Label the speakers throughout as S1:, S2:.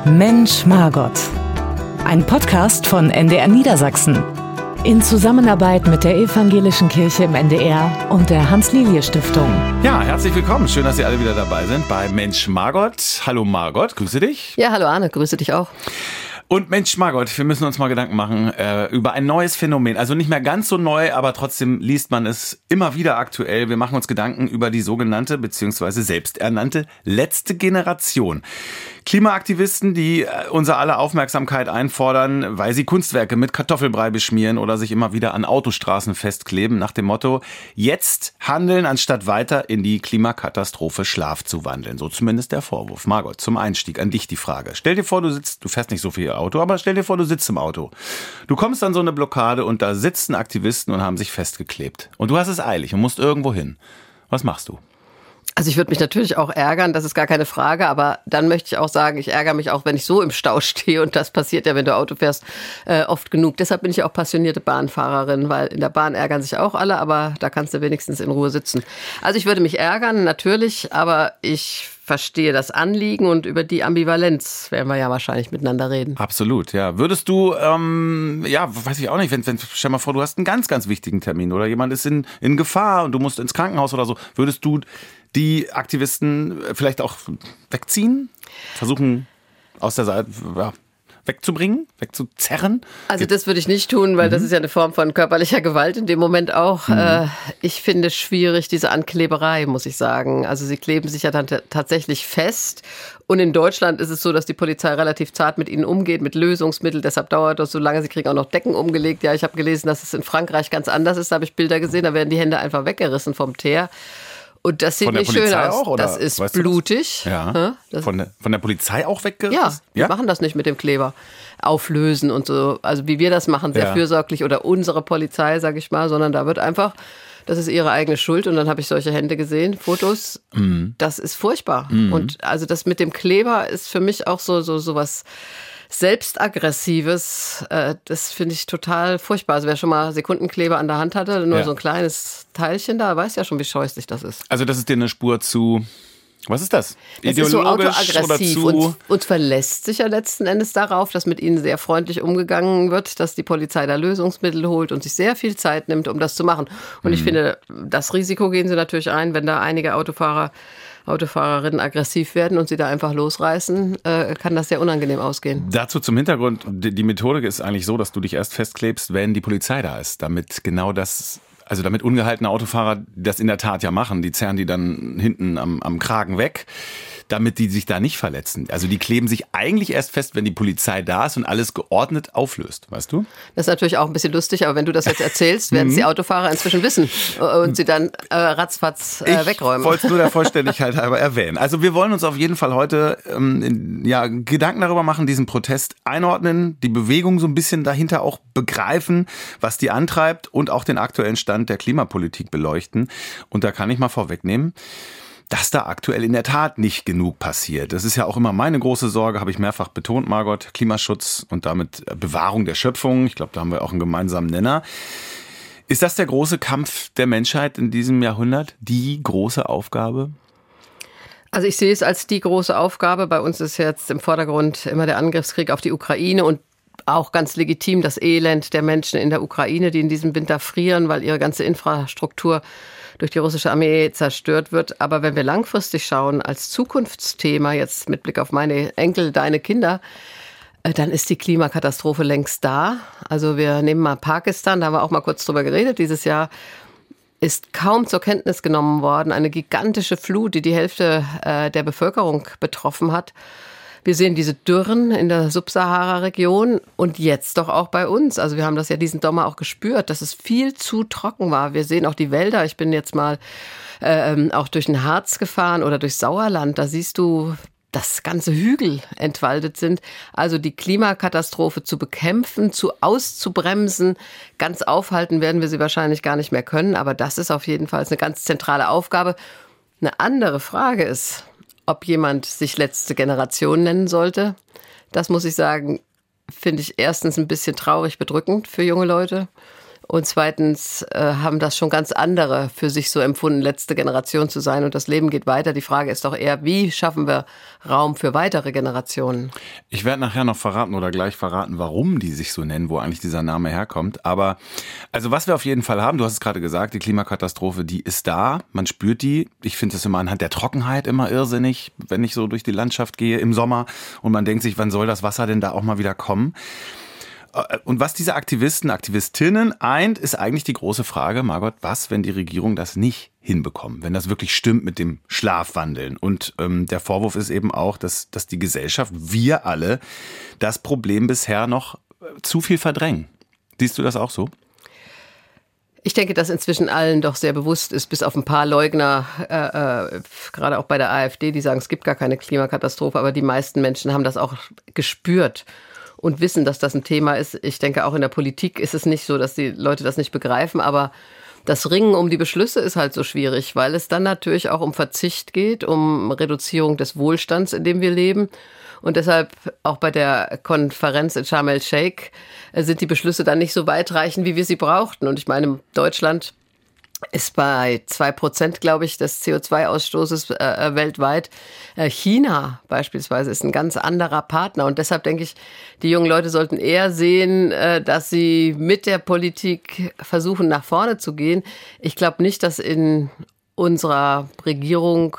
S1: Mensch Margot. Ein Podcast von NDR Niedersachsen. In Zusammenarbeit mit der Evangelischen Kirche im NDR und der Hans-Lilje-Stiftung.
S2: Ja, herzlich willkommen. Schön, dass Sie alle wieder dabei sind bei Mensch Margot. Hallo Margot, grüße dich.
S3: Ja, hallo Arne, grüße dich auch.
S2: Und Mensch Margot, wir müssen uns mal Gedanken machen über ein neues Phänomen. Also nicht mehr ganz so neu, aber trotzdem liest man es immer wieder aktuell. Wir machen uns Gedanken über die sogenannte bzw. selbsternannte letzte Generation. Klimaaktivisten, die unser aller Aufmerksamkeit einfordern, weil sie Kunstwerke mit Kartoffelbrei beschmieren oder sich immer wieder an Autostraßen festkleben, nach dem Motto, jetzt handeln, anstatt weiter in die Klimakatastrophe Schlaf zu wandeln. So zumindest der Vorwurf. Margot, zum Einstieg an dich die Frage. Stell dir vor, du fährst nicht so viel Auto, aber stell dir vor, du sitzt im Auto. Du kommst an so eine Blockade und da sitzen Aktivisten und haben sich festgeklebt. Und du hast es eilig und musst irgendwo hin. Was machst du?
S3: Also ich würde mich natürlich auch ärgern, das ist gar keine Frage, aber dann möchte ich auch sagen, ich ärgere mich auch, wenn ich so im Stau stehe und das passiert ja, wenn du Auto fährst, oft genug. Deshalb bin ich auch passionierte Bahnfahrerin, weil in der Bahn ärgern sich auch alle, aber da kannst du wenigstens in Ruhe sitzen. Also ich würde mich ärgern, natürlich, aber ich verstehe das Anliegen und über die Ambivalenz werden wir ja wahrscheinlich miteinander reden.
S2: Absolut, ja. Würdest du, weiß ich auch nicht, stell dir mal vor, du hast einen ganz, ganz wichtigen Termin oder jemand ist in Gefahr und du musst ins Krankenhaus oder so, würdest du die Aktivisten vielleicht auch wegziehen? Versuchen aus der Seite, wegzubringen, wegzuzerren?
S3: Also das würde ich nicht tun, weil das ist ja eine Form von körperlicher Gewalt in dem Moment auch. Ich finde es schwierig, diese Ankleberei, muss ich sagen. Also sie kleben sich ja dann tatsächlich fest. Und in Deutschland ist es so, dass die Polizei relativ zart mit ihnen umgeht, mit Lösungsmitteln. Deshalb dauert das so lange. Sie kriegen auch noch Decken umgelegt. Ja, ich habe gelesen, dass es in Frankreich ganz anders ist. Da habe ich Bilder gesehen, da werden die Hände einfach weggerissen vom Teer. Und das sieht nicht schön aus.
S2: Auch, oder?
S3: Das ist blutig.
S2: Ja. Von der Polizei auch weggerissen?
S3: Ja, die machen das nicht mit dem Kleber. Auflösen und so. Also wie wir das machen, sehr fürsorglich. Oder unsere Polizei, sag ich mal. Sondern da wird einfach, das ist ihre eigene Schuld. Und dann habe ich solche Hände gesehen, Fotos. Das ist furchtbar. Und also das mit dem Kleber ist für mich auch so was Selbstaggressives, das finde ich total furchtbar. Also wer schon mal Sekundenkleber an der Hand hatte, nur so ein kleines Teilchen da, weiß ja schon, wie scheußlich das ist.
S2: Also das ist dir eine Spur zu, was ist das?
S3: Das ist so autoaggressiv und verlässt sich ja letzten Endes darauf, dass mit ihnen sehr freundlich umgegangen wird, dass die Polizei da Lösungsmittel holt und sich sehr viel Zeit nimmt, um das zu machen. Und ich finde, das Risiko gehen sie natürlich ein, wenn da einige Autofahrerinnen aggressiv werden und sie da einfach losreißen, kann das sehr unangenehm ausgehen.
S2: Dazu zum Hintergrund, die Methodik ist eigentlich so, dass du dich erst festklebst, wenn die Polizei da ist, damit ungehaltene Autofahrer das in der Tat ja machen, die zerren die dann hinten am Kragen weg, damit die sich da nicht verletzen. Also die kleben sich eigentlich erst fest, wenn die Polizei da ist und alles geordnet auflöst, weißt du?
S3: Das ist natürlich auch ein bisschen lustig, aber wenn du das jetzt erzählst, werden es die Autofahrer inzwischen wissen und sie dann ratzfatz wegräumen.
S2: Ich wollte es nur der Vollständigkeit halber erwähnen. Also wir wollen uns auf jeden Fall heute Gedanken darüber machen, diesen Protest einordnen, die Bewegung so ein bisschen dahinter auch begreifen, was die antreibt und auch den aktuellen Stand der Klimapolitik beleuchten. Und da kann ich mal vorwegnehmen, dass da aktuell in der Tat nicht genug passiert. Das ist ja auch immer meine große Sorge, habe ich mehrfach betont, Margot, Klimaschutz und damit Bewahrung der Schöpfung. Ich glaube, da haben wir auch einen gemeinsamen Nenner. Ist das der große Kampf der Menschheit in diesem Jahrhundert? Die große Aufgabe?
S3: Also ich sehe es als die große Aufgabe. Bei uns ist jetzt im Vordergrund immer der Angriffskrieg auf die Ukraine und auch ganz legitim das Elend der Menschen in der Ukraine, die in diesem Winter frieren, weil ihre ganze Infrastruktur durch die russische Armee zerstört wird. Aber wenn wir langfristig schauen, als Zukunftsthema, jetzt mit Blick auf meine Enkel, deine Kinder, dann ist die Klimakatastrophe längst da. Also wir nehmen mal Pakistan, da haben wir auch mal kurz drüber geredet. Dieses Jahr ist kaum zur Kenntnis genommen worden. Eine gigantische Flut, die die Hälfte der Bevölkerung betroffen hat. Wir sehen diese Dürren in der Subsahara-Region und jetzt doch auch bei uns. Also wir haben das ja diesen Sommer auch gespürt, dass es viel zu trocken war. Wir sehen auch die Wälder. Ich bin jetzt mal auch durch den Harz gefahren oder durch Sauerland. Da siehst du, dass ganze Hügel entwaldet sind. Also die Klimakatastrophe zu bekämpfen, auszubremsen, ganz aufhalten werden wir sie wahrscheinlich gar nicht mehr können. Aber das ist auf jeden Fall eine ganz zentrale Aufgabe. Eine andere Frage ist, ob jemand sich letzte Generation nennen sollte. Das muss ich sagen, finde ich erstens ein bisschen traurig bedrückend für junge Leute. Und zweitens haben das schon ganz andere für sich so empfunden, letzte Generation zu sein. Und das Leben geht weiter. Die Frage ist doch eher, wie schaffen wir Raum für weitere Generationen?
S2: Ich werde nachher noch verraten oder gleich verraten, warum die sich so nennen, wo eigentlich dieser Name herkommt. Aber also was wir auf jeden Fall haben, du hast es gerade gesagt, die Klimakatastrophe, die ist da. Man spürt die. Ich finde es immer anhand der Trockenheit immer irrsinnig, wenn ich so durch die Landschaft gehe im Sommer und man denkt sich, wann soll das Wasser denn da auch mal wieder kommen? Und was diese Aktivisten, Aktivistinnen eint, ist eigentlich die große Frage, Margot, was, wenn die Regierung das nicht hinbekommt, wenn das wirklich stimmt mit dem Schlafwandeln? Und der Vorwurf ist eben auch, dass die Gesellschaft, wir alle, das Problem bisher noch zu viel verdrängen. Siehst du das auch so?
S3: Ich denke, dass inzwischen allen doch sehr bewusst ist, bis auf ein paar Leugner, gerade auch bei der AfD, die sagen, es gibt gar keine Klimakatastrophe, aber die meisten Menschen haben das auch gespürt und wissen, dass das ein Thema ist. Ich denke, auch in der Politik ist es nicht so, dass die Leute das nicht begreifen, aber das Ringen um die Beschlüsse ist halt so schwierig, weil es dann natürlich auch um Verzicht geht, um Reduzierung des Wohlstands, in dem wir leben. Und deshalb auch bei der Konferenz in Sharm el-Sheikh sind die Beschlüsse dann nicht so weitreichend, wie wir sie brauchten. Und ich meine, Deutschland ist bei 2%, glaube ich, des CO2-Ausstoßes weltweit. China beispielsweise ist ein ganz anderer Partner. Und deshalb denke ich, die jungen Leute sollten eher sehen, dass sie mit der Politik versuchen, nach vorne zu gehen. Ich glaube nicht, dass in unserer Regierung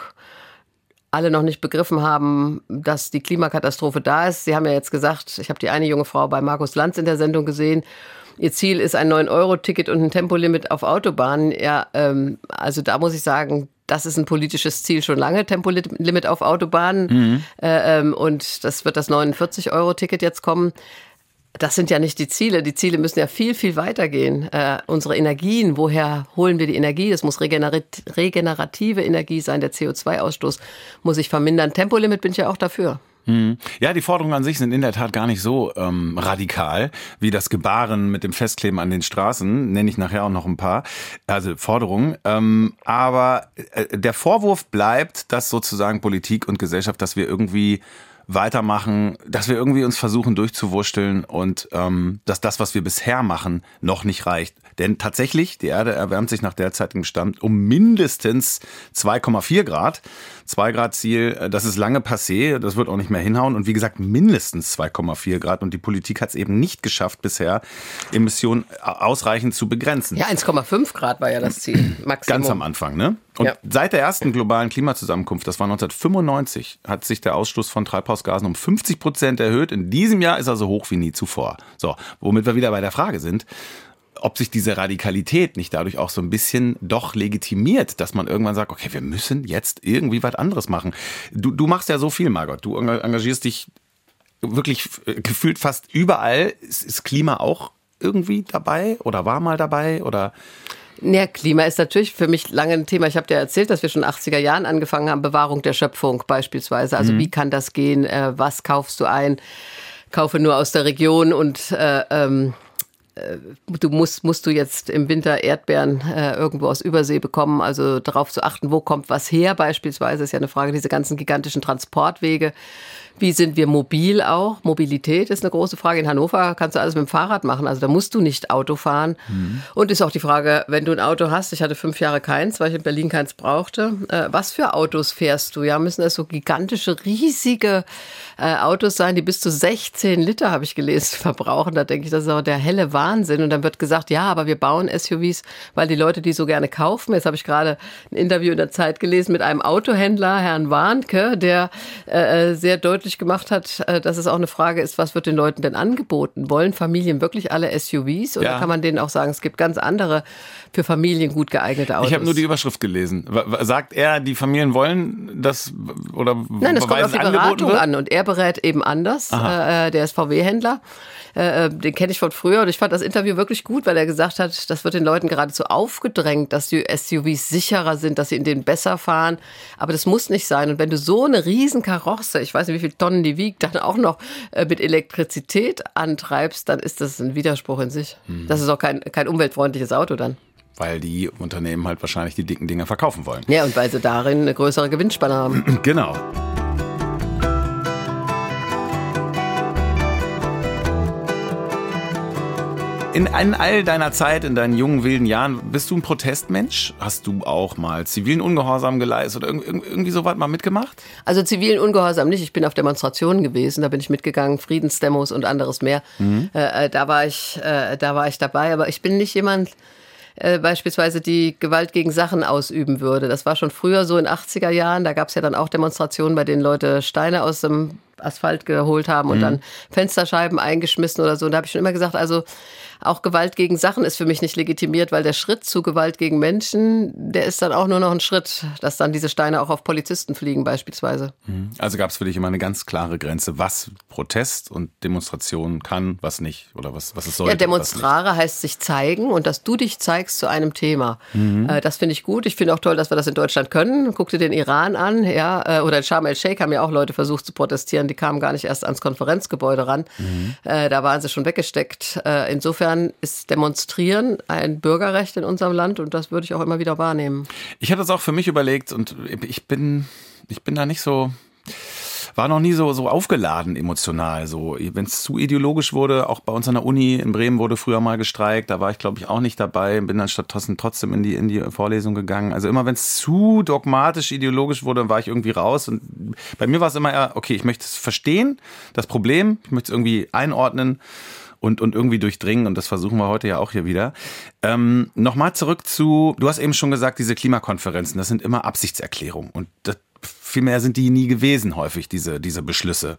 S3: alle noch nicht begriffen haben, dass die Klimakatastrophe da ist. Sie haben ja jetzt gesagt, ich habe die eine junge Frau bei Markus Lanz in der Sendung gesehen, ihr Ziel ist ein 9-Euro-Ticket und ein Tempolimit auf Autobahnen. Ja, also da muss ich sagen, das ist ein politisches Ziel schon lange, Tempolimit auf Autobahnen. Und das wird das 49-Euro-Ticket jetzt kommen. Das sind ja nicht die Ziele. Die Ziele müssen ja viel, viel weitergehen. Unsere Energien, woher holen wir die Energie? Das muss regenerative Energie sein. Der CO2-Ausstoß muss sich vermindern. Tempolimit bin ich ja auch dafür.
S2: Ja, die Forderungen an sich sind in der Tat gar nicht so radikal wie das Gebaren mit dem Festkleben an den Straßen, nenne ich nachher auch noch ein paar, also Forderungen. Aber der Vorwurf bleibt, dass sozusagen Politik und Gesellschaft, dass wir irgendwie weitermachen, dass wir irgendwie uns versuchen durchzuwursteln und dass das, was wir bisher machen, noch nicht reicht. Denn tatsächlich, die Erde erwärmt sich nach derzeitigem Stand um mindestens 2,4 Grad. 2 Grad Ziel, das ist lange passé, das wird auch nicht mehr hinhauen. Und wie gesagt, mindestens 2,4 Grad. Und die Politik hat es eben nicht geschafft, bisher Emissionen ausreichend zu begrenzen.
S3: Ja, 1,5 Grad war ja das Ziel, Maximum.
S2: Ganz am Anfang, ne? Und seit der ersten globalen Klimazusammenkunft, das war 1995, hat sich der Ausstoß von Treibhausgasen um 50% erhöht. In diesem Jahr ist er so hoch wie nie zuvor. So, womit wir wieder bei der Frage sind, ob sich diese Radikalität nicht dadurch auch so ein bisschen doch legitimiert, dass man irgendwann sagt, okay, wir müssen jetzt irgendwie was anderes machen. Du machst ja so viel, Margot. Du engagierst dich wirklich gefühlt fast überall. Ist Klima auch irgendwie dabei oder war mal dabei oder?
S3: Ja, Klima ist natürlich für mich lange ein Thema. Ich habe dir erzählt, dass wir schon in den 80er Jahren angefangen haben, Bewahrung der Schöpfung beispielsweise. Also wie kann das gehen? Was kaufst du ein? Kaufe nur aus der Region und musst du jetzt im Winter Erdbeeren irgendwo aus Übersee bekommen, also darauf zu achten, wo kommt was her beispielsweise, ist ja eine Frage, diese ganzen gigantischen Transportwege. Wie sind wir mobil auch? Mobilität ist eine große Frage. In Hannover kannst du alles mit dem Fahrrad machen, also da musst du nicht Auto fahren. Und ist auch die Frage, wenn du ein Auto hast, ich hatte 5 Jahre keins, weil ich in Berlin keins brauchte, was für Autos fährst du? Ja, müssen das so gigantische, riesige Autos sein, die bis zu 16 Liter, habe ich gelesen, verbrauchen. Da denke ich, das ist aber der helle Wahnsinn. Und dann wird gesagt, ja, aber wir bauen SUVs, weil die Leute die so gerne kaufen. Jetzt habe ich gerade ein Interview in der Zeit gelesen mit einem Autohändler, Herrn Warnke, der sehr deutlich gemacht hat, dass es auch eine Frage ist, was wird den Leuten denn angeboten? Wollen Familien wirklich alle SUVs? Oder kann man denen auch sagen, es gibt ganz andere für Familien gut geeignete Autos?
S2: Ich habe nur die Überschrift gelesen. Sagt er, die Familien wollen das oder
S3: Nein, das kommt auf die Beratung an und er berät eben anders. Der ist VW-Händler. Den kenne ich von früher und ich fand das Interview wirklich gut, weil er gesagt hat, das wird den Leuten geradezu aufgedrängt, dass die SUVs sicherer sind, dass sie in denen besser fahren. Aber das muss nicht sein. Und wenn du so eine riesen Karosse, ich weiß nicht, wie viele Tonnen die wiegt, dann auch noch mit Elektrizität antreibst, dann ist das ein Widerspruch in sich. Das ist auch kein umweltfreundliches Auto dann.
S2: Weil die Unternehmen halt wahrscheinlich die dicken Dinger verkaufen wollen.
S3: Ja, und weil sie darin eine größere Gewinnspanne haben.
S2: Genau. In all deiner Zeit, in deinen jungen, wilden Jahren, bist du ein Protestmensch? Hast du auch mal zivilen Ungehorsam geleistet oder irgendwie so was mal mitgemacht?
S3: Also zivilen Ungehorsam nicht. Ich bin auf Demonstrationen gewesen, da bin ich mitgegangen, Friedensdemos und anderes mehr. Da war ich dabei, aber ich bin nicht jemand, beispielsweise die Gewalt gegen Sachen ausüben würde. Das war schon früher so in 80er Jahren. Da gab es ja dann auch Demonstrationen, bei denen Leute Steine aus dem Asphalt geholt haben und dann Fensterscheiben eingeschmissen oder so. Und da habe ich schon immer gesagt, also auch Gewalt gegen Sachen ist für mich nicht legitimiert, weil der Schritt zu Gewalt gegen Menschen, der ist dann auch nur noch ein Schritt, dass dann diese Steine auch auf Polizisten fliegen beispielsweise.
S2: Also gab es für dich immer eine ganz klare Grenze, was Protest und Demonstration kann, was nicht oder was es sollte.
S3: Ja, Demonstrare heißt sich zeigen und dass du dich zeigst zu einem Thema. Das finde ich gut. Ich finde auch toll, dass wir das in Deutschland können. Guck dir den Iran an, ja, oder in Sharm el-Sheikh haben ja auch Leute versucht zu protestieren. Die kamen gar nicht erst ans Konferenzgebäude ran. Da waren sie schon weggesteckt. Insofern ist Demonstrieren ein Bürgerrecht in unserem Land und das würde ich auch immer wieder wahrnehmen.
S2: Ich habe das auch für mich überlegt und ich bin da nicht so, war noch nie so aufgeladen emotional. So, wenn es zu ideologisch wurde, auch bei uns an der Uni in Bremen wurde früher mal gestreikt, da war ich glaube ich auch nicht dabei, bin dann stattdessen trotzdem in die Vorlesung gegangen. Also immer wenn es zu dogmatisch ideologisch wurde, war ich irgendwie raus und bei mir war es immer eher, okay, ich möchte es verstehen, das Problem, ich möchte es irgendwie einordnen und irgendwie durchdringen und das versuchen wir heute ja auch hier wieder. Nochmal zurück zu, du hast eben schon gesagt, diese Klimakonferenzen, das sind immer Absichtserklärungen und vielmehr sind die nie gewesen häufig, diese Beschlüsse.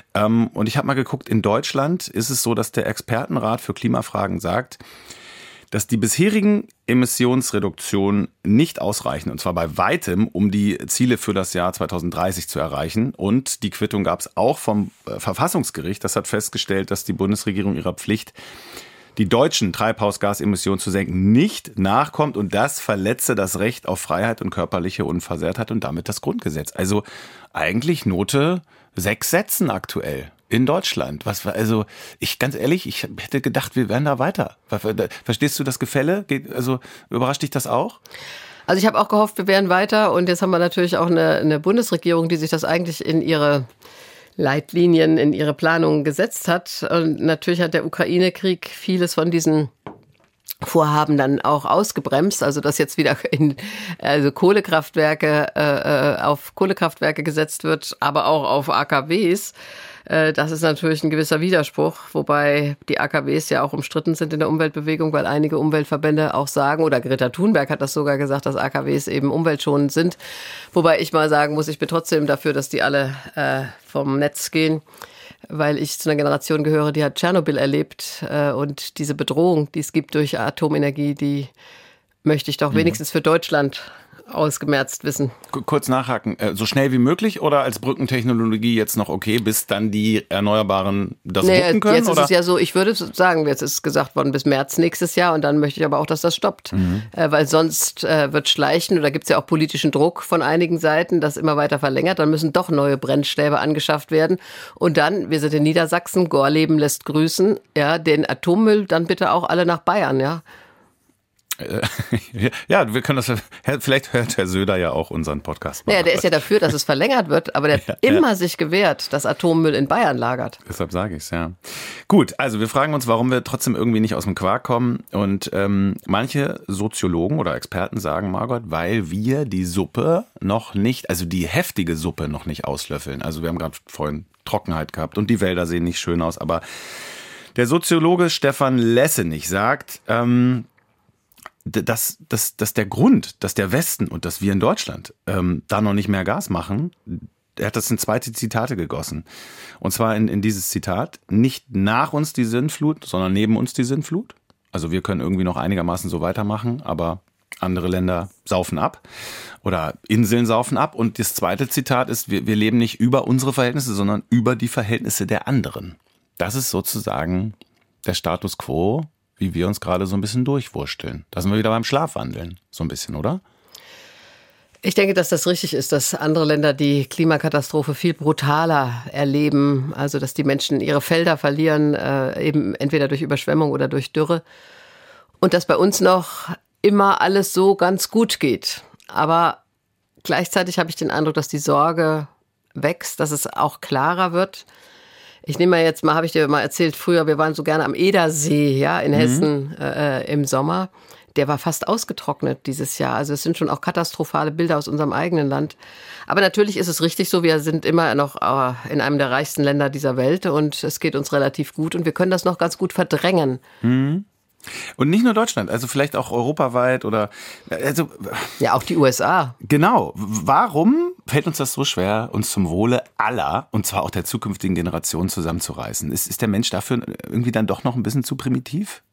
S2: Und ich habe mal geguckt, in Deutschland ist es so, dass der Expertenrat für Klimafragen sagt, dass die bisherigen Emissionsreduktionen nicht ausreichen, und zwar bei weitem, um die Ziele für das Jahr 2030 zu erreichen. Und die Quittung gab es auch vom Verfassungsgericht. Das hat festgestellt, dass die Bundesregierung ihrer Pflicht, die deutschen Treibhausgasemissionen zu senken, nicht nachkommt. Und das verletze das Recht auf Freiheit und körperliche Unversehrtheit und damit das Grundgesetz. Also eigentlich Note 6 Sätzen aktuell. In Deutschland. Also ganz ehrlich, ich hätte gedacht, wir wären da weiter. Verstehst du das Gefälle? Also überrascht dich das auch?
S3: Also ich habe auch gehofft, wir wären weiter und jetzt haben wir natürlich auch eine Bundesregierung, die sich das eigentlich in ihre Leitlinien, in ihre Planungen gesetzt hat. Und natürlich hat der Ukraine-Krieg vieles von diesen Vorhaben dann auch ausgebremst, also dass jetzt wieder Kohlekraftwerke auf Kohlekraftwerke gesetzt wird, aber auch auf AKWs. Das ist natürlich ein gewisser Widerspruch, wobei die AKWs ja auch umstritten sind in der Umweltbewegung, weil einige Umweltverbände auch sagen, oder Greta Thunberg hat das sogar gesagt, dass AKWs eben umweltschonend sind. Wobei ich mal sagen muss, ich bin trotzdem dafür, dass die alle vom Netz gehen, weil ich zu einer Generation gehöre, die hat Tschernobyl erlebt und diese Bedrohung, die es gibt durch Atomenergie, die möchte ich doch wenigstens für Deutschland ausgemerzt wissen.
S2: Kurz nachhaken, so schnell wie möglich oder als Brückentechnologie jetzt noch okay, bis dann die Erneuerbaren das wuppen können?
S3: Jetzt ist es ja so, ich würde sagen, jetzt ist gesagt worden bis März nächstes Jahr und dann möchte ich aber auch, dass das stoppt. Weil sonst wird schleichen, oder gibt es ja auch politischen Druck von einigen Seiten, das immer weiter verlängert, dann müssen doch neue Brennstäbe angeschafft werden und dann, wir sind in Niedersachsen, Gorleben lässt grüßen, ja, den Atommüll dann bitte auch alle nach Bayern, ja.
S2: Ja, wir können das, vielleicht hört Herr Söder ja auch unseren Podcast.
S3: Naja, der ist ja dafür, dass es verlängert wird, aber der hat immer sich gewehrt, dass Atommüll in Bayern lagert.
S2: Deshalb sage ich es, ja. Gut, also wir fragen uns, warum wir trotzdem irgendwie nicht aus dem Quark kommen und manche Soziologen oder Experten sagen, Margot, weil wir die Suppe noch nicht, also die heftige Suppe noch nicht auslöffeln. Also wir haben gerade vorhin Trockenheit gehabt und die Wälder sehen nicht schön aus, aber der Soziologe Stefan Lessenich sagt, dass der Grund, dass der Westen und dass wir in Deutschland da noch nicht mehr Gas machen, er hat das in 2 Zitate gegossen. Und zwar in dieses Zitat, nicht nach uns die Sintflut, sondern neben uns die Sintflut. Also wir können irgendwie noch einigermaßen so weitermachen, aber andere Länder saufen ab oder Inseln saufen ab. Und das zweite Zitat ist, wir leben nicht über unsere Verhältnisse, sondern über die Verhältnisse der anderen. Das ist sozusagen der Status quo, wie wir uns gerade so ein bisschen durchwursteln. Da sind wir wieder beim Schlafwandeln, so ein bisschen, oder?
S3: Ich denke, dass das richtig ist, dass andere Länder die Klimakatastrophe viel brutaler erleben, also dass die Menschen ihre Felder verlieren, eben entweder durch Überschwemmung oder durch Dürre. Und dass bei uns noch immer alles so ganz gut geht. Aber gleichzeitig habe ich den Eindruck, dass die Sorge wächst, dass es auch klarer wird. Ich nehme mal jetzt mal, habe ich dir mal erzählt, früher, wir waren so gerne am Edersee, ja, in Hessen im Sommer. Der war fast ausgetrocknet dieses Jahr. Also es sind schon auch katastrophale Bilder aus unserem eigenen Land. Aber natürlich ist es richtig so, wir sind immer noch in einem der reichsten Länder dieser Welt und es geht uns relativ gut und wir können das noch ganz gut verdrängen.
S2: Und nicht nur Deutschland, also vielleicht auch europaweit oder also
S3: ja, auch die USA.
S2: Genau. Warum fällt uns das so schwer, uns zum Wohle aller, und zwar auch der zukünftigen Generation, zusammenzureißen? Ist der Mensch dafür irgendwie dann doch noch ein bisschen zu primitiv?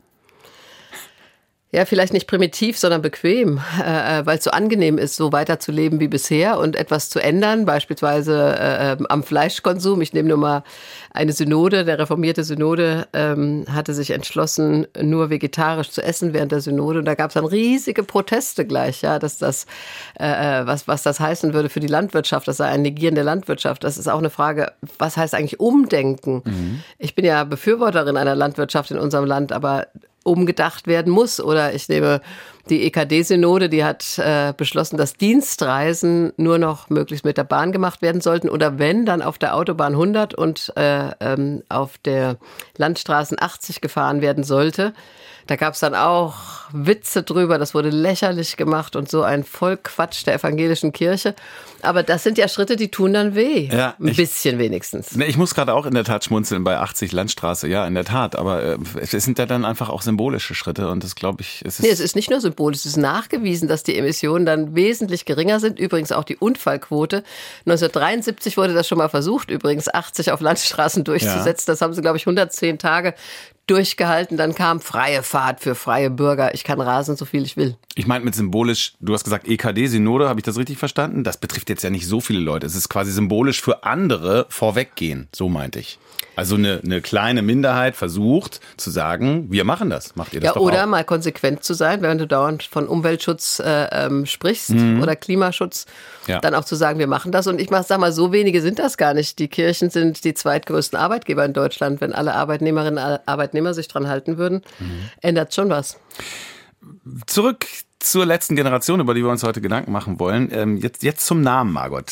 S3: Ja, vielleicht nicht primitiv, sondern bequem, weil es so angenehm ist, so weiterzuleben wie bisher und etwas zu ändern, beispielsweise am Fleischkonsum. Ich nehme nur mal eine Synode, der reformierte Synode hatte sich entschlossen, nur vegetarisch zu essen während der Synode. Und da gab es dann riesige Proteste gleich, ja, dass das, was das heißen würde für die Landwirtschaft, das sei ein Negieren der Landwirtschaft. Das ist auch eine Frage, was heißt eigentlich Umdenken? Ich bin ja Befürworterin einer Landwirtschaft in unserem Land, aber umgedacht werden muss. Oder ich nehme die EKD-Synode, die hat beschlossen, dass Dienstreisen nur noch möglichst mit der Bahn gemacht werden sollten oder wenn, dann auf der Autobahn 100 und auf der Landstraßen 80 gefahren werden sollte. Da gab es dann auch Witze drüber, das wurde lächerlich gemacht und so ein Vollquatsch der evangelischen Kirche. Aber das sind ja Schritte, die tun dann weh. Ja, ein bisschen wenigstens.
S2: Ich muss gerade auch in der Tat schmunzeln bei 80 Landstraße. Ja, in der Tat. Aber es sind ja dann einfach auch symbolische Schritte und das glaube ich, es
S3: ist nicht nur symbolisch. Es ist nachgewiesen, dass die Emissionen dann wesentlich geringer sind. Übrigens auch die Unfallquote. 1973 wurde das schon mal versucht, übrigens 80 auf Landstraßen durchzusetzen. Ja. Das haben sie, glaube ich, 110 Tage durchgehalten, dann kam freie Fahrt für freie Bürger. Ich kann rasen, so viel ich will.
S2: Ich meine mit symbolisch, du hast gesagt EKD-Synode, habe ich das richtig verstanden? Das betrifft jetzt ja nicht so viele Leute. Es ist quasi symbolisch für andere vorweggehen, so meinte ich. Also eine kleine Minderheit versucht zu sagen, wir machen das, macht ihr das doch auch.
S3: Oder mal konsequent zu sein, wenn du dauernd von Umweltschutz sprichst oder Klimaschutz, dann auch zu sagen, wir machen das. Und ich sag mal, so wenige sind das gar nicht. Die Kirchen sind die zweitgrößten Arbeitgeber in Deutschland. Wenn alle Arbeitnehmerinnen und Arbeitnehmer sich dran halten würden, ändert schon was.
S2: Zurück zur letzten Generation, über die wir uns heute Gedanken machen wollen. Jetzt zum Namen, Margot.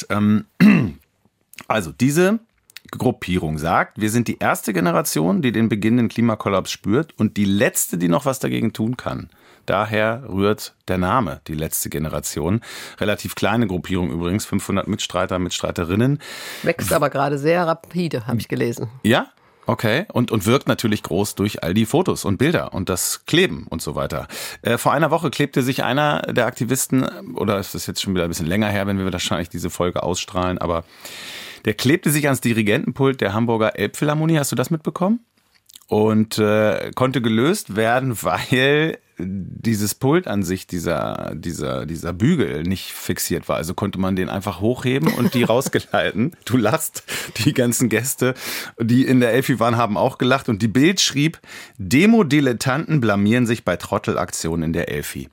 S2: Also diese Gruppierung sagt, wir sind die erste Generation, die den beginnenden Klimakollaps spürt und die letzte, die noch was dagegen tun kann. Daher rührt der Name, die letzte Generation. Relativ kleine Gruppierung übrigens, 500 Mitstreiter, Mitstreiterinnen.
S3: Wächst aber gerade sehr rapide, habe ich gelesen.
S2: Ja? Okay, und wirkt natürlich groß durch all die Fotos und Bilder und das Kleben und so weiter. Vor einer Woche klebte sich einer der Aktivisten, oder ist das jetzt schon wieder ein bisschen länger her, wenn wir wahrscheinlich diese Folge ausstrahlen, aber der klebte sich ans Dirigentenpult der Hamburger Elbphilharmonie. Hast du das mitbekommen? Und konnte gelöst werden, weil dieses Pult an sich, dieser Bügel nicht fixiert war. Also konnte man den einfach hochheben und die rausgeleiten. Du lachst, die ganzen Gäste, die in der Elfi waren, haben auch gelacht. Und die Bild schrieb, Demo-Dilettanten blamieren sich bei Trottelaktionen in der Elfi.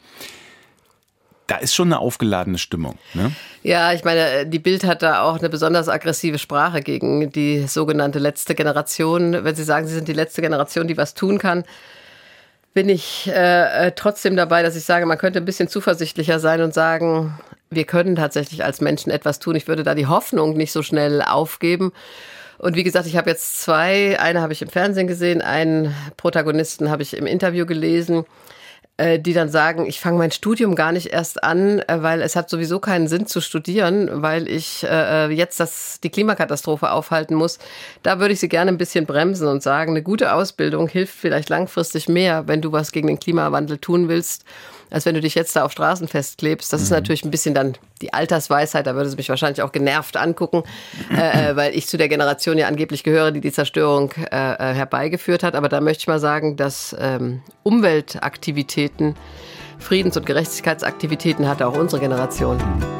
S2: Da ist schon eine aufgeladene Stimmung, ne?
S3: Ja, ich meine, die Bild hat da auch eine besonders aggressive Sprache gegen die sogenannte letzte Generation. Wenn Sie sagen, Sie sind die letzte Generation, die was tun kann, bin ich trotzdem dabei, dass ich sage, man könnte ein bisschen zuversichtlicher sein und sagen, wir können tatsächlich als Menschen etwas tun. Ich würde da die Hoffnung nicht so schnell aufgeben. Und wie gesagt, ich habe jetzt zwei, eine habe ich im Fernsehen gesehen, einen Protagonisten habe ich im Interview gelesen, die dann sagen, ich fange mein Studium gar nicht erst an, weil es hat sowieso keinen Sinn zu studieren, weil ich jetzt die Klimakatastrophe aufhalten muss. Da würde ich sie gerne ein bisschen bremsen und sagen, eine gute Ausbildung hilft vielleicht langfristig mehr, wenn du was gegen den Klimawandel tun willst, als wenn du dich jetzt da auf Straßen festklebst. Das ist natürlich ein bisschen dann die Altersweisheit, da würde sie mich wahrscheinlich auch genervt angucken, weil ich zu der Generation ja angeblich gehöre, die Zerstörung herbeigeführt hat. Aber da möchte ich mal sagen, dass Umweltaktivitäten, Friedens- und Gerechtigkeitsaktivitäten hatte auch unsere Generation.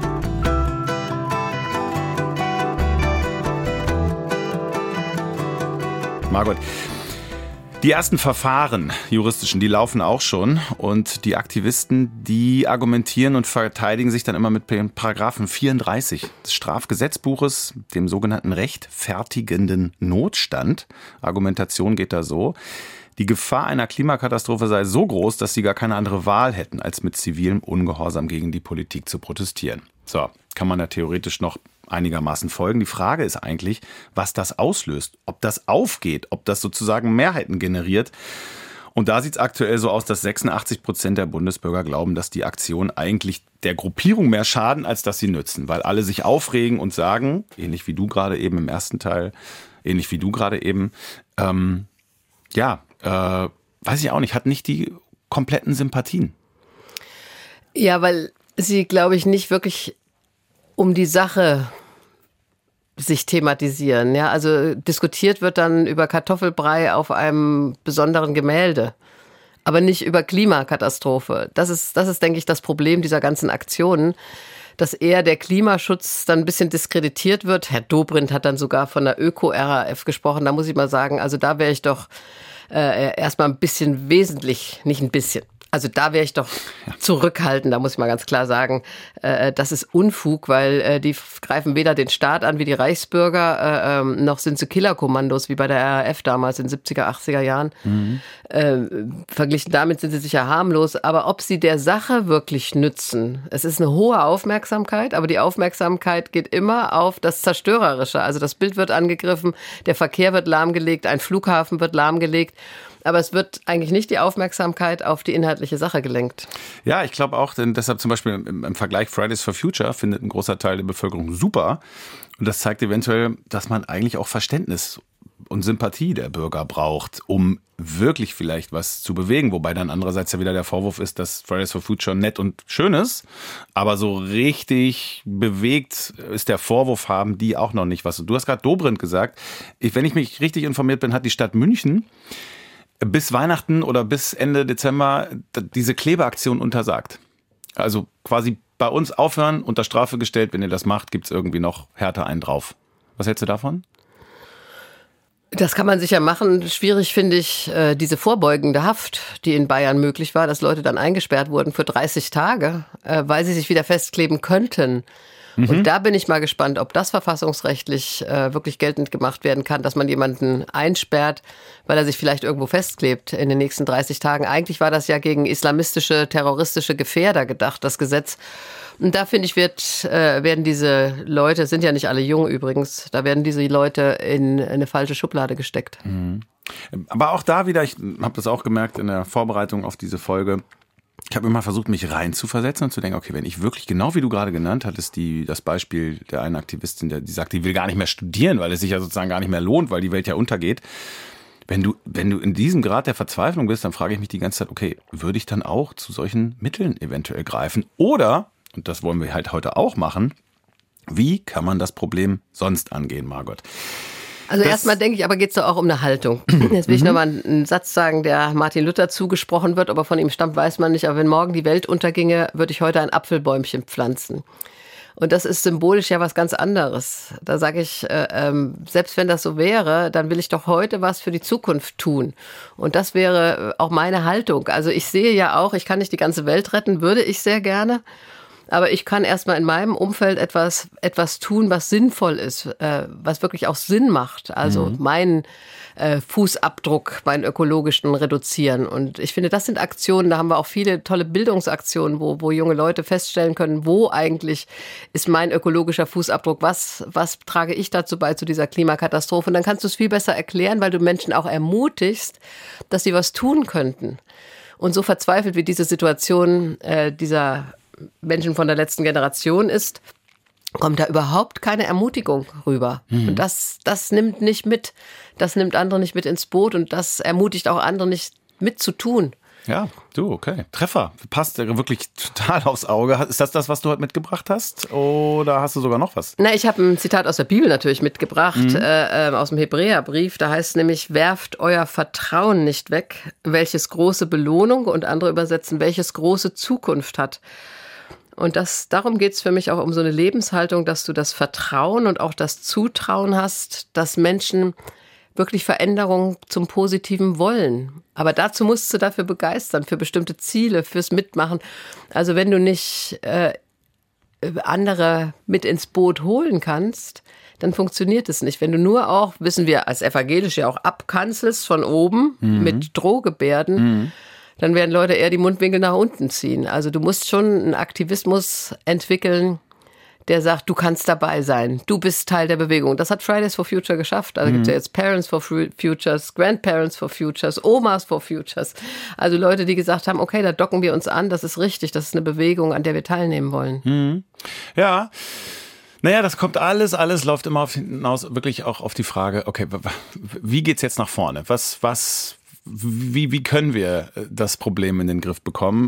S2: Margot, die ersten Verfahren, juristischen, die laufen auch schon und die Aktivisten, die argumentieren und verteidigen sich dann immer mit Paragraphen 34 des Strafgesetzbuches, dem sogenannten rechtfertigenden Notstand. Argumentation geht da so: Die Gefahr einer Klimakatastrophe sei so groß, dass sie gar keine andere Wahl hätten, als mit zivilem Ungehorsam gegen die Politik zu protestieren. So, kann man da theoretisch noch einigermaßen folgen. Die Frage ist eigentlich, was das auslöst, ob das aufgeht, ob das sozusagen Mehrheiten generiert. Und da sieht es aktuell so aus, dass 86% der Bundesbürger glauben, dass die Aktionen eigentlich der Gruppierung mehr schaden, als dass sie nützen. Weil alle sich aufregen und sagen, ähnlich wie du gerade eben im ersten Teil, weiß ich auch nicht, hat nicht die kompletten Sympathien.
S3: Ja, weil sie, glaube ich, nicht wirklich um die Sache sich thematisieren. Ja, also diskutiert wird dann über Kartoffelbrei auf einem besonderen Gemälde, aber nicht über Klimakatastrophe. Das ist, denke ich, das Problem dieser ganzen Aktionen, dass eher der Klimaschutz dann ein bisschen diskreditiert wird. Herr Dobrindt hat dann sogar von der Öko-RAF gesprochen. Da muss ich mal sagen, also da wäre ich doch erstmal ein bisschen wesentlich, nicht ein bisschen. Also da wäre ich doch zurückhaltend, da muss ich mal ganz klar sagen, das ist Unfug, weil die greifen weder den Staat an wie die Reichsbürger, noch sind sie Killerkommandos wie bei der RAF damals in den 70er, 80er Jahren. Verglichen damit sind sie sicher harmlos, aber ob sie der Sache wirklich nützen, es ist eine hohe Aufmerksamkeit, aber die Aufmerksamkeit geht immer auf das Zerstörerische. Also das Bild wird angegriffen, der Verkehr wird lahmgelegt, ein Flughafen wird lahmgelegt. Aber es wird eigentlich nicht die Aufmerksamkeit auf die inhaltliche Sache gelenkt.
S2: Ja, ich glaube auch, denn deshalb zum Beispiel im Vergleich Fridays for Future findet ein großer Teil der Bevölkerung super. Und das zeigt eventuell, dass man eigentlich auch Verständnis und Sympathie der Bürger braucht, um wirklich vielleicht was zu bewegen. Wobei dann andererseits ja wieder der Vorwurf ist, dass Fridays for Future nett und schön ist. Aber so richtig bewegt ist der Vorwurf, haben die auch noch nicht was. Und du hast gerade Dobrindt gesagt. Wenn ich mich richtig informiert bin, hat die Stadt München bis Weihnachten oder bis Ende Dezember diese Klebeaktion untersagt. Also quasi bei uns aufhören, unter Strafe gestellt, wenn ihr das macht, gibt's irgendwie noch härter einen drauf. Was hältst du davon?
S3: Das kann man sicher machen. Schwierig finde ich diese vorbeugende Haft, die in Bayern möglich war, dass Leute dann eingesperrt wurden für 30 Tage, weil sie sich wieder festkleben könnten. Und da bin ich mal gespannt, ob das verfassungsrechtlich wirklich geltend gemacht werden kann, dass man jemanden einsperrt, weil er sich vielleicht irgendwo festklebt in den nächsten 30 Tagen. Eigentlich war das ja gegen islamistische, terroristische Gefährder gedacht, das Gesetz. Und da, finde ich, werden diese Leute, sind ja nicht alle jung übrigens, da werden diese Leute in eine falsche Schublade gesteckt.
S2: Aber auch da wieder, ich habe das auch gemerkt in der Vorbereitung auf diese Folge, ich habe immer versucht, mich reinzuversetzen und zu denken, okay, wenn ich wirklich, genau wie du gerade genannt hattest, das Beispiel der einen Aktivistin, die sagt, die will gar nicht mehr studieren, weil es sich ja sozusagen gar nicht mehr lohnt, weil die Welt ja untergeht. Wenn du in diesem Grad der Verzweiflung bist, dann frage ich mich die ganze Zeit, okay, würde ich dann auch zu solchen Mitteln eventuell greifen? Oder, und das wollen wir halt heute auch machen, wie kann man das Problem sonst angehen, Margot?
S3: Also erstmal denke ich, aber geht es doch auch um eine Haltung. Jetzt will ich nochmal einen Satz sagen, der Martin Luther zugesprochen wird, aber von ihm stammt, weiß man nicht. Aber wenn morgen die Welt unterginge, würde ich heute ein Apfelbäumchen pflanzen. Und das ist symbolisch ja was ganz anderes. Da sage ich, selbst wenn das so wäre, dann will ich doch heute was für die Zukunft tun. Und das wäre auch meine Haltung. Also ich sehe ja auch, ich kann nicht die ganze Welt retten, würde ich sehr gerne. Aber ich kann erstmal in meinem Umfeld etwas tun, was sinnvoll ist, was wirklich auch Sinn macht. Also meinen Fußabdruck, meinen ökologischen reduzieren. Und ich finde, das sind Aktionen, da haben wir auch viele tolle Bildungsaktionen, wo junge Leute feststellen können, wo eigentlich ist mein ökologischer Fußabdruck, was trage ich dazu bei, zu dieser Klimakatastrophe. Und dann kannst du es viel besser erklären, weil du Menschen auch ermutigst, dass sie was tun könnten. Und so verzweifelt wie diese Situation dieser Menschen von der letzten Generation ist, kommt da überhaupt keine Ermutigung rüber. Und das nimmt nicht mit. Das nimmt andere nicht mit ins Boot und das ermutigt auch andere nicht mitzutun.
S2: Ja, okay. Treffer. Passt wirklich total aufs Auge. Ist das, was du heute mitgebracht hast? Oder hast du sogar noch was?
S3: Na, ich habe ein Zitat aus der Bibel natürlich mitgebracht, aus dem Hebräerbrief. Da heißt es nämlich, werft euer Vertrauen nicht weg, welches große Belohnung, und andere übersetzen, welches große Zukunft hat. Und darum geht es für mich auch um so eine Lebenshaltung, dass du das Vertrauen und auch das Zutrauen hast, dass Menschen wirklich Veränderungen zum Positiven wollen. Aber dazu musst du dafür begeistern, für bestimmte Ziele, fürs Mitmachen. Also wenn du nicht andere mit ins Boot holen kannst, dann funktioniert es nicht. Wenn du nur auch, wissen wir als Evangelisch ja auch, abkanzelst von oben mit Drohgebärden, dann werden Leute eher die Mundwinkel nach unten ziehen. Also du musst schon einen Aktivismus entwickeln, der sagt, du kannst dabei sein, du bist Teil der Bewegung. Das hat Fridays for Future geschafft. Also gibt es ja jetzt Parents for Futures, Grandparents for Futures, Omas for Futures. Also Leute, die gesagt haben, okay, da docken wir uns an, das ist richtig, das ist eine Bewegung, an der wir teilnehmen wollen.
S2: Ja. Naja, das kommt alles läuft immer hinaus, wirklich auch auf die Frage, okay, wie geht's jetzt nach vorne? Wie können wir das Problem in den Griff bekommen?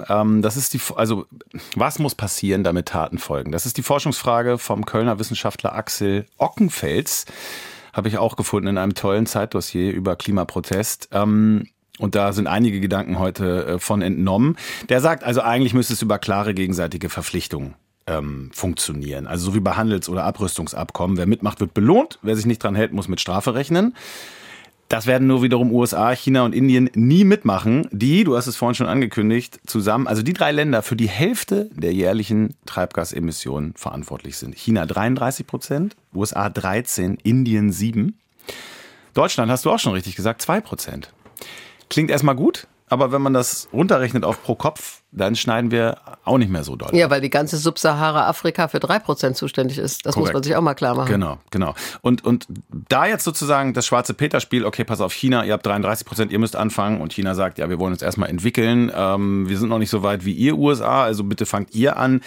S2: Was muss passieren, damit Taten folgen? Das ist die Forschungsfrage vom Kölner Wissenschaftler Axel Ockenfels. Habe ich auch gefunden in einem tollen Zeitdossier über Klimaprotest. Und da sind einige Gedanken heute von entnommen. Der sagt, also eigentlich müsste es über klare gegenseitige Verpflichtungen funktionieren. Also so wie bei Handels- oder Abrüstungsabkommen. Wer mitmacht, wird belohnt. Wer sich nicht dran hält, muss mit Strafe rechnen. Das werden nur wiederum USA, China und Indien nie mitmachen. Du hast es vorhin schon angekündigt, zusammen, also die 3 Länder für die Hälfte der jährlichen Treibgasemissionen verantwortlich sind. China 33%, USA 13%, Indien 7%. Deutschland, hast du auch schon richtig gesagt, 2%. Klingt erstmal gut, aber wenn man das runterrechnet auf pro Kopf, dann schneiden wir auch nicht mehr so doll.
S3: Ja, weil die ganze Subsahara-Afrika für 3% zuständig ist. Das Korrekt. Muss man sich auch mal klar machen.
S2: Genau. Und da jetzt sozusagen das schwarze Peter-Spiel, okay, pass auf, China, ihr habt 33%, ihr müsst anfangen. Und China sagt, ja, wir wollen uns erstmal entwickeln. Wir sind noch nicht so weit wie ihr USA, also bitte fangt ihr an.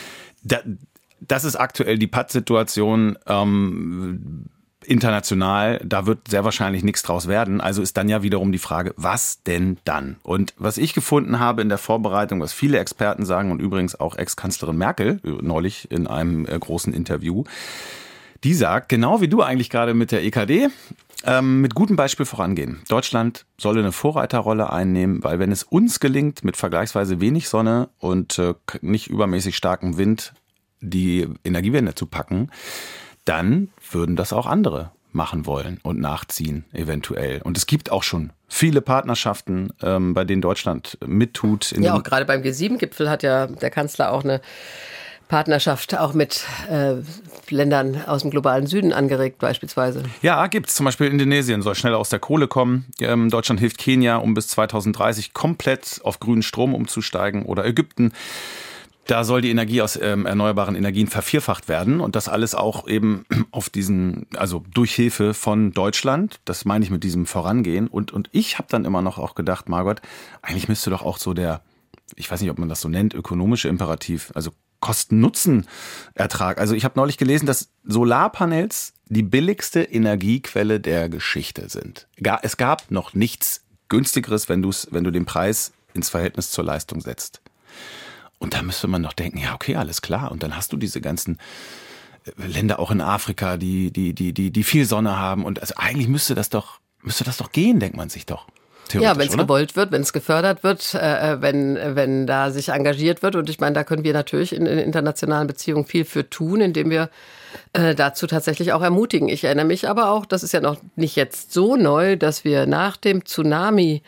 S2: Das ist aktuell die Pattsituation. International, da wird sehr wahrscheinlich nichts draus werden. Also ist dann ja wiederum die Frage, was denn dann? Und was ich gefunden habe in der Vorbereitung, was viele Experten sagen und übrigens auch Ex-Kanzlerin Merkel neulich in einem großen Interview, die sagt, genau wie du eigentlich gerade mit der EKD, mit gutem Beispiel vorangehen. Deutschland solle eine Vorreiterrolle einnehmen, weil wenn es uns gelingt, mit vergleichsweise wenig Sonne und nicht übermäßig starkem Wind die Energiewende zu packen, dann würden das auch andere machen wollen und nachziehen eventuell. Und es gibt auch schon viele Partnerschaften, bei denen Deutschland mittut.
S3: Ja, auch gerade beim G7-Gipfel hat ja der Kanzler auch eine Partnerschaft auch mit Ländern aus dem globalen Süden angeregt beispielsweise.
S2: Ja, gibt's. Zum Beispiel Indonesien soll schneller aus der Kohle kommen. Deutschland hilft Kenia, um bis 2030 komplett auf grünen Strom umzusteigen. Oder Ägypten. Da soll die Energie aus erneuerbaren Energien vervierfacht werden und das alles auch eben auf also durch Hilfe von Deutschland. Das meine ich mit diesem Vorangehen. Und ich habe dann immer noch auch gedacht, Margot, eigentlich müsste doch auch so ich weiß nicht, ob man das so nennt, ökonomische Imperativ, also Kosten-Nutzen-Ertrag. Also ich habe neulich gelesen, dass Solarpanels die billigste Energiequelle der Geschichte sind. Es gab noch nichts Günstigeres, wenn du den Preis ins Verhältnis zur Leistung setzt. Und da müsste man doch denken, ja, okay, alles klar. Und dann hast du diese ganzen Länder auch in Afrika, die viel Sonne haben. Und also eigentlich müsste das doch gehen, denkt man sich doch.
S3: Ja, wenn es gewollt wird, wenn es gefördert wird, wenn da sich engagiert wird. Und ich meine, da können wir natürlich in internationalen Beziehungen viel für tun, indem wir dazu tatsächlich auch ermutigen. Ich erinnere mich aber auch, das ist ja noch nicht jetzt so neu, dass wir nach dem Tsunami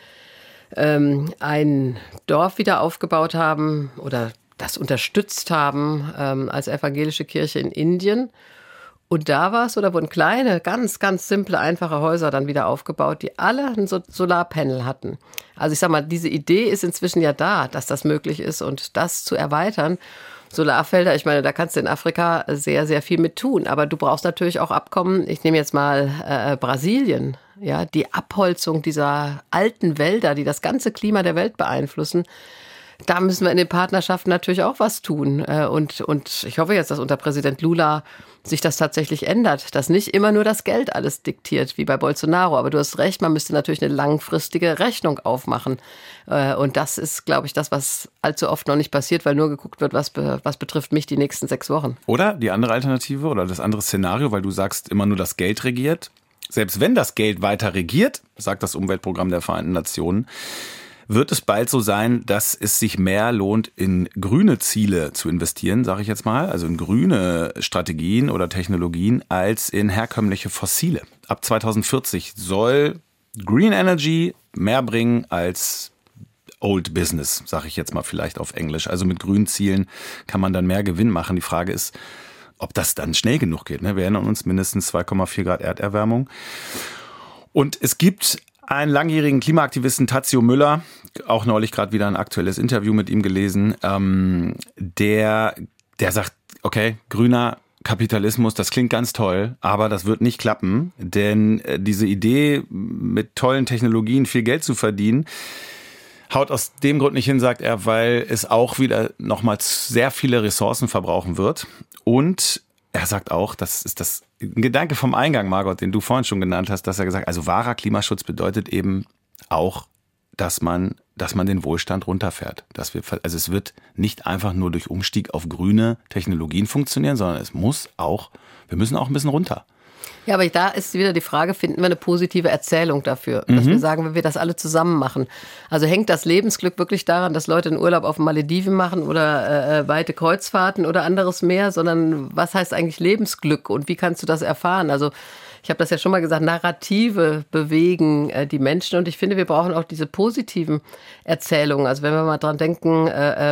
S3: ein Dorf wieder aufgebaut haben oder das unterstützt haben als evangelische Kirche in Indien. Und da war es, oder wurden kleine, ganz, ganz simple, einfache Häuser dann wieder aufgebaut, die alle ein Solarpanel hatten. Also ich sag mal, diese Idee ist inzwischen ja da, dass das möglich ist und das zu erweitern. Solarfelder, ich meine, da kannst du in Afrika sehr, sehr viel mit tun. Aber du brauchst natürlich auch Abkommen. Ich nehme jetzt mal Brasilien. Ja, die Abholzung dieser alten Wälder, die das ganze Klima der Welt beeinflussen. Da müssen wir in den Partnerschaften natürlich auch was tun. Und ich hoffe jetzt, dass unter Präsident Lula sich das tatsächlich ändert, dass nicht immer nur das Geld alles diktiert, wie bei Bolsonaro. Aber du hast recht, man müsste natürlich eine langfristige Rechnung aufmachen. Und das ist, glaube ich, das, was allzu oft noch nicht passiert, weil nur geguckt wird, was betrifft mich die nächsten 6 Wochen.
S2: Oder die andere Alternative oder das andere Szenario, weil du sagst, immer nur das Geld regiert. Selbst wenn das Geld weiter regiert, sagt das Umweltprogramm der Vereinten Nationen, wird es bald so sein, dass es sich mehr lohnt, in grüne Ziele zu investieren, sage ich jetzt mal, also in grüne Strategien oder Technologien, als in herkömmliche fossile. Ab 2040 soll Green Energy mehr bringen als Old Business, sage ich jetzt mal vielleicht auf Englisch. Also mit grünen Zielen kann man dann mehr Gewinn machen. Die Frage ist, ob das dann schnell genug geht. Wir erinnern uns, mindestens 2,4 Grad Erderwärmung. Und es gibt einen langjährigen Klimaaktivisten, Tadzio Müller, auch neulich gerade wieder ein aktuelles Interview mit ihm gelesen, der sagt, okay, grüner Kapitalismus, das klingt ganz toll, aber das wird nicht klappen, denn diese Idee, mit tollen Technologien viel Geld zu verdienen, haut aus dem Grund nicht hin, sagt er, weil es auch wieder nochmals sehr viele Ressourcen verbrauchen wird. Und er sagt auch, das ist ein Gedanke vom Eingang, Margot, den du vorhin schon genannt hast, dass er gesagt hat, also wahrer Klimaschutz bedeutet eben auch, dass man den Wohlstand runterfährt. Also es wird nicht einfach nur durch Umstieg auf grüne Technologien funktionieren, sondern wir müssen auch ein bisschen runter.
S3: Ja, aber da ist wieder die Frage, finden wir eine positive Erzählung dafür? Dass wir sagen, wenn wir das alle zusammen machen. Also hängt das Lebensglück wirklich daran, dass Leute einen Urlaub auf den Malediven machen oder weite Kreuzfahrten oder anderes mehr, sondern was heißt eigentlich Lebensglück und wie kannst du das erfahren? Also ich habe das ja schon mal gesagt, Narrative bewegen die Menschen und ich finde, wir brauchen auch diese positiven Erzählungen. Also wenn wir mal dran denken,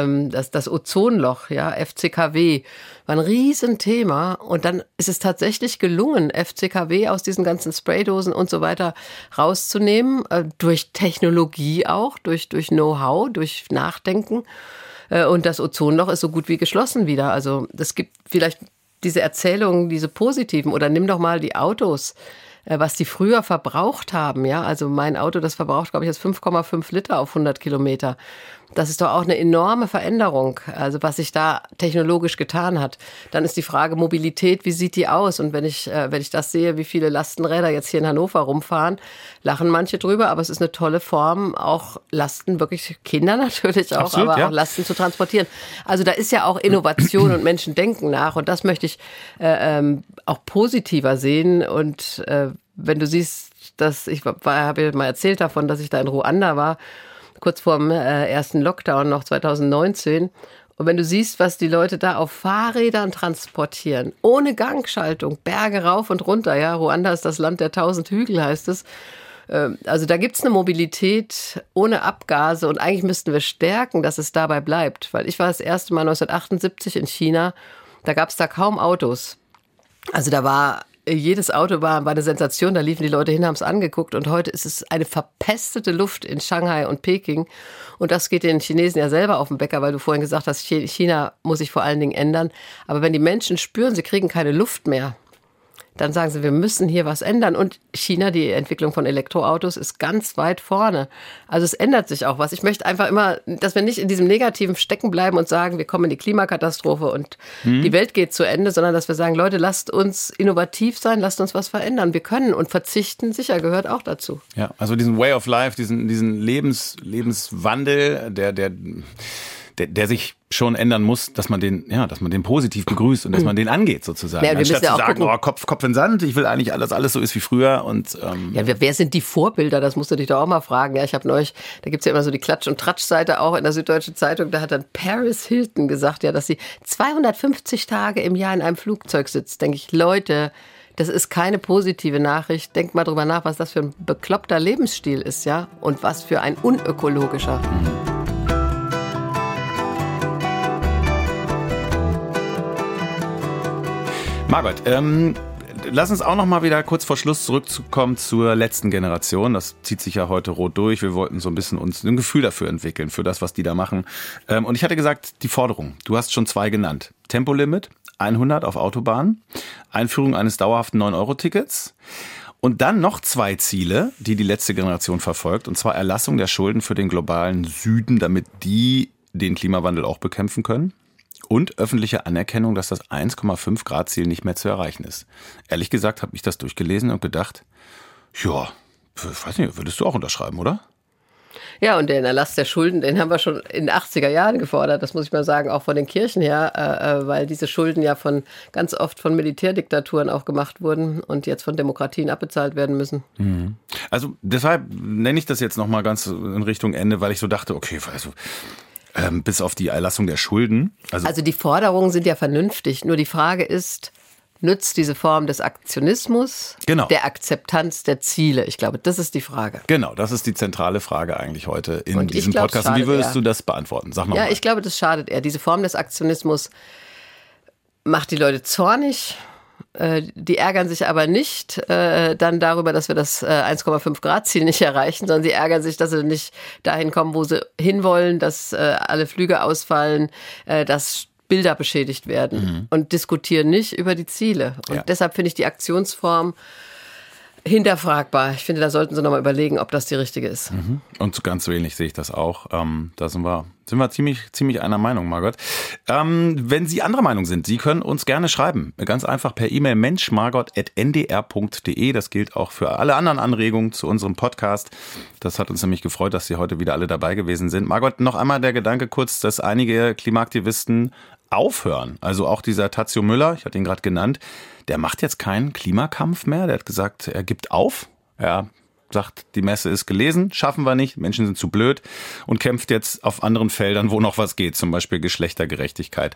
S3: das Ozonloch, ja, FCKW, war ein Riesenthema und dann ist es tatsächlich gelungen, FCKW aus diesen ganzen Spraydosen und so weiter rauszunehmen, durch Technologie auch, durch Know-how, durch Nachdenken und das Ozonloch ist so gut wie geschlossen wieder. Also es gibt vielleicht diese Erzählungen, diese positiven, oder nimm doch mal die Autos, was die früher verbraucht haben, ja, also mein Auto, das verbraucht, glaube ich, jetzt 5,5 Liter auf 100 Kilometer. Das ist doch auch eine enorme Veränderung, also was sich da technologisch getan hat. Dann ist die Frage Mobilität, wie sieht die aus? Und wenn ich das sehe, wie viele Lastenräder jetzt hier in Hannover rumfahren, lachen manche drüber, aber es ist eine tolle Form, auch Lasten, wirklich Kinder natürlich auch, absolut, aber ja, auch Lasten zu transportieren. Also da ist ja auch Innovation und Menschen denken nach und das möchte ich auch positiver sehen. Und wenn du siehst, ich habe ja mal erzählt davon, dass ich da in Ruanda war, kurz vor dem ersten Lockdown noch 2019. Und wenn du siehst, was die Leute da auf Fahrrädern transportieren, ohne Gangschaltung, Berge rauf und runter, ja, Ruanda ist das Land der 1000 Hügel, heißt es. Also da gibt's eine Mobilität ohne Abgase und eigentlich müssten wir stärken, dass es dabei bleibt. Weil ich war das erste Mal 1978 in China, da gab's da kaum Autos. Also jedes Auto war eine Sensation, da liefen die Leute hin, haben es angeguckt und heute ist es eine verpestete Luft in Shanghai und Peking und das geht den Chinesen ja selber auf den Wecker, weil du vorhin gesagt hast, China muss sich vor allen Dingen ändern, aber wenn die Menschen spüren, sie kriegen keine Luft mehr, dann sagen sie, wir müssen hier was ändern. Und China, die Entwicklung von Elektroautos, ist ganz weit vorne. Also es ändert sich auch was. Ich möchte einfach immer, dass wir nicht in diesem Negativen stecken bleiben und sagen, wir kommen in die Klimakatastrophe und die Welt geht zu Ende, sondern dass wir sagen, Leute, lasst uns innovativ sein, lasst uns was verändern. Wir können und verzichten, sicher gehört auch dazu.
S2: Ja, also diesen Way of Life, diesen Lebenswandel, der sich schon ändern muss, dass man den positiv begrüßt und dass man den angeht sozusagen.
S3: Ja,
S2: anstatt
S3: ja
S2: zu sagen, Kopf in Sand, ich will eigentlich, dass alles so ist wie früher. Und
S3: ja, wer sind die Vorbilder? Das musst du dich doch auch mal fragen. Ja, ich habe neulich, da gibt's ja immer so die Klatsch- und Tratsch-Seite auch in der Süddeutschen Zeitung, da hat dann Paris Hilton gesagt, ja, dass sie 250 Tage im Jahr in einem Flugzeug sitzt. Denke ich, Leute, das ist keine positive Nachricht. Denkt mal drüber nach, was das für ein bekloppter Lebensstil ist, ja, und was für ein unökologischer.
S2: Margot, lass uns auch noch mal wieder kurz vor Schluss zurückkommen zur letzten Generation. Das zieht sich ja heute rot durch. Wir wollten so ein bisschen uns ein Gefühl dafür entwickeln, für das, was die da machen. Und ich hatte gesagt, die Forderung, du hast schon 2 genannt. Tempolimit, 100 auf Autobahnen, Einführung eines dauerhaften 9-Euro-Tickets und dann noch 2 Ziele, die letzte Generation verfolgt, und zwar Erlassung der Schulden für den globalen Süden, damit die den Klimawandel auch bekämpfen können. Und öffentliche Anerkennung, dass das 1,5 Grad Ziel nicht mehr zu erreichen ist. Ehrlich gesagt habe ich das durchgelesen und gedacht, ja, ich weiß nicht, würdest du auch unterschreiben, oder?
S3: Ja, und den Erlass der Schulden, den haben wir schon in den 80er Jahren gefordert, das muss ich mal sagen, auch von den Kirchen her, weil diese Schulden ja ganz oft von Militärdiktaturen auch gemacht wurden und jetzt von Demokratien abbezahlt werden müssen.
S2: Also deshalb nenne ich das jetzt nochmal ganz in Richtung Ende, weil ich so dachte, okay, also bis auf die Erlassung der Schulden.
S3: Also die Forderungen sind ja vernünftig. Nur die Frage ist, nützt diese Form des Aktionismus der Akzeptanz der Ziele? Ich glaube, das ist die Frage.
S2: Genau, das ist die zentrale Frage eigentlich heute in diesem Podcast. Und wie würdest du das beantworten? Sag mal.
S3: Ja, ich glaube, das schadet eher. Diese Form des Aktionismus macht die Leute zornig. Die ärgern sich aber nicht dann darüber, dass wir das 1,5 Grad Ziel nicht erreichen, sondern sie ärgern sich, dass sie nicht dahin kommen, wo sie hinwollen, dass alle Flüge ausfallen, dass Bilder beschädigt werden und diskutieren nicht über die Ziele. Und deshalb finde ich die Aktionsform hinterfragbar. Ich finde, da sollten Sie nochmal überlegen, ob das die richtige ist.
S2: Und ganz so ähnlich sehe ich das auch. Da sind wir ziemlich einer Meinung, Margot. Wenn Sie anderer Meinung sind, Sie können uns gerne schreiben. Ganz einfach per E-Mail menschmargot@ndr.de. Das gilt auch für alle anderen Anregungen zu unserem Podcast. Das hat uns nämlich gefreut, dass Sie heute wieder alle dabei gewesen sind. Margot, noch einmal der Gedanke kurz, dass einige Klimaaktivisten aufhören. Also auch dieser Tadzio Müller, ich hatte ihn gerade genannt, der macht jetzt keinen Klimakampf mehr. Der hat gesagt, er gibt auf. Er sagt, die Messe ist gelesen, schaffen wir nicht, Menschen sind zu blöd und kämpft jetzt auf anderen Feldern, wo noch was geht, zum Beispiel Geschlechtergerechtigkeit.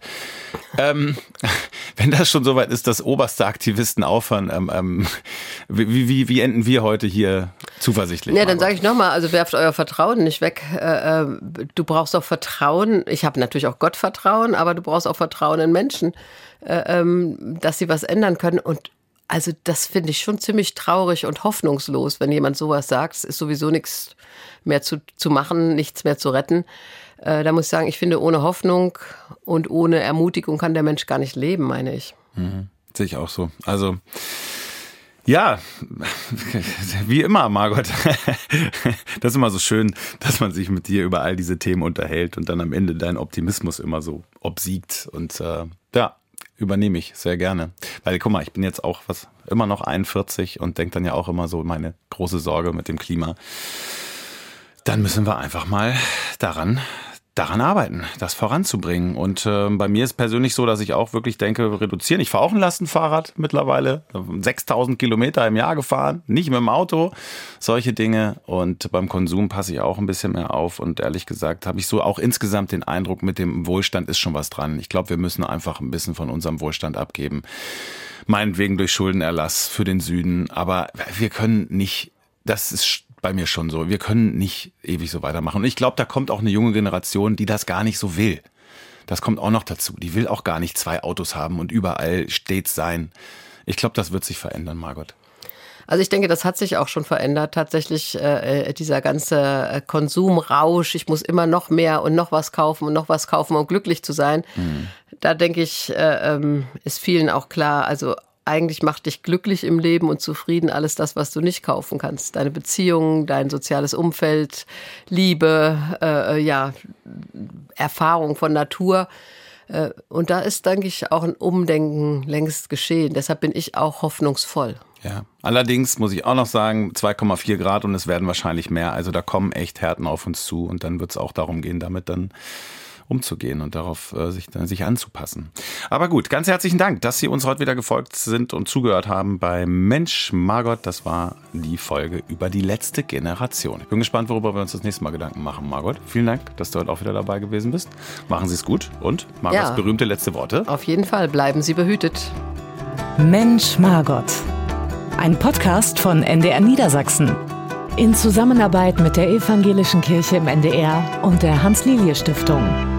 S2: Wenn das schon soweit ist, dass oberste Aktivisten aufhören, wie enden wir heute hier zuversichtlich?
S3: Ja, dann sage ich nochmal, also werft euer Vertrauen nicht weg. Du brauchst auch Vertrauen. Ich habe natürlich auch Gottvertrauen, aber du brauchst auch Vertrauen in Menschen, dass sie was ändern können. Und also das finde ich schon ziemlich traurig und hoffnungslos, wenn jemand sowas sagt. Es ist sowieso nichts mehr zu machen, nichts mehr zu retten. Da muss ich sagen, ich finde, ohne Hoffnung und ohne Ermutigung kann der Mensch gar nicht leben, meine ich.
S2: Sehe ich auch so. Also ja, wie immer, Margot. Das ist immer so schön, dass man sich mit dir über all diese Themen unterhält und dann am Ende dein Optimismus immer so obsiegt. Und übernehme ich sehr gerne. Weil, guck mal, ich bin jetzt auch immer noch 41 und denke dann ja auch immer so meine große Sorge mit dem Klima. Dann müssen wir einfach mal daran arbeiten, das voranzubringen. Und bei mir ist persönlich so, dass ich auch wirklich denke, reduzieren. Ich fahre auch ein Lastenfahrrad mittlerweile, 6.000 Kilometer im Jahr gefahren, nicht mit dem Auto, solche Dinge. Und beim Konsum passe ich auch ein bisschen mehr auf. Und ehrlich gesagt habe ich so auch insgesamt den Eindruck, mit dem Wohlstand ist schon was dran. Ich glaube, wir müssen einfach ein bisschen von unserem Wohlstand abgeben. Meinetwegen durch Schuldenerlass für den Süden. Aber wir können nicht, das ist bei mir schon so. Wir können nicht ewig so weitermachen. Und ich glaube, da kommt auch eine junge Generation, die das gar nicht so will. Das kommt auch noch dazu. Die will auch gar nicht 2 Autos haben und überall stets sein. Ich glaube, das wird sich verändern, Margot.
S3: Also ich denke, das hat sich auch schon verändert. Tatsächlich dieser ganze Konsumrausch, ich muss immer noch mehr und noch was kaufen, um glücklich zu sein. Da denke ich, ist vielen auch klar, also eigentlich macht dich glücklich im Leben und zufrieden alles das, was du nicht kaufen kannst. Deine Beziehungen, dein soziales Umfeld, Liebe, Erfahrung von Natur. Und da ist, denke ich, auch ein Umdenken längst geschehen. Deshalb bin ich auch hoffnungsvoll.
S2: Ja, allerdings muss ich auch noch sagen, 2,4 Grad und es werden wahrscheinlich mehr. Also da kommen echt Härten auf uns zu und dann wird es auch darum gehen, damit dann umzugehen und darauf sich anzupassen. Aber gut, ganz herzlichen Dank, dass Sie uns heute wieder gefolgt sind und zugehört haben bei Mensch Margot. Das war die Folge über die letzte Generation. Ich bin gespannt, worüber wir uns das nächste Mal Gedanken machen, Margot. Vielen Dank, dass du heute auch wieder dabei gewesen bist. Machen Sie es gut und Margots berühmte letzte Worte.
S3: Auf jeden Fall, bleiben Sie behütet.
S1: Mensch Margot. Ein Podcast von NDR Niedersachsen. In Zusammenarbeit mit der Evangelischen Kirche im NDR und der Hans-Lilie-Stiftung.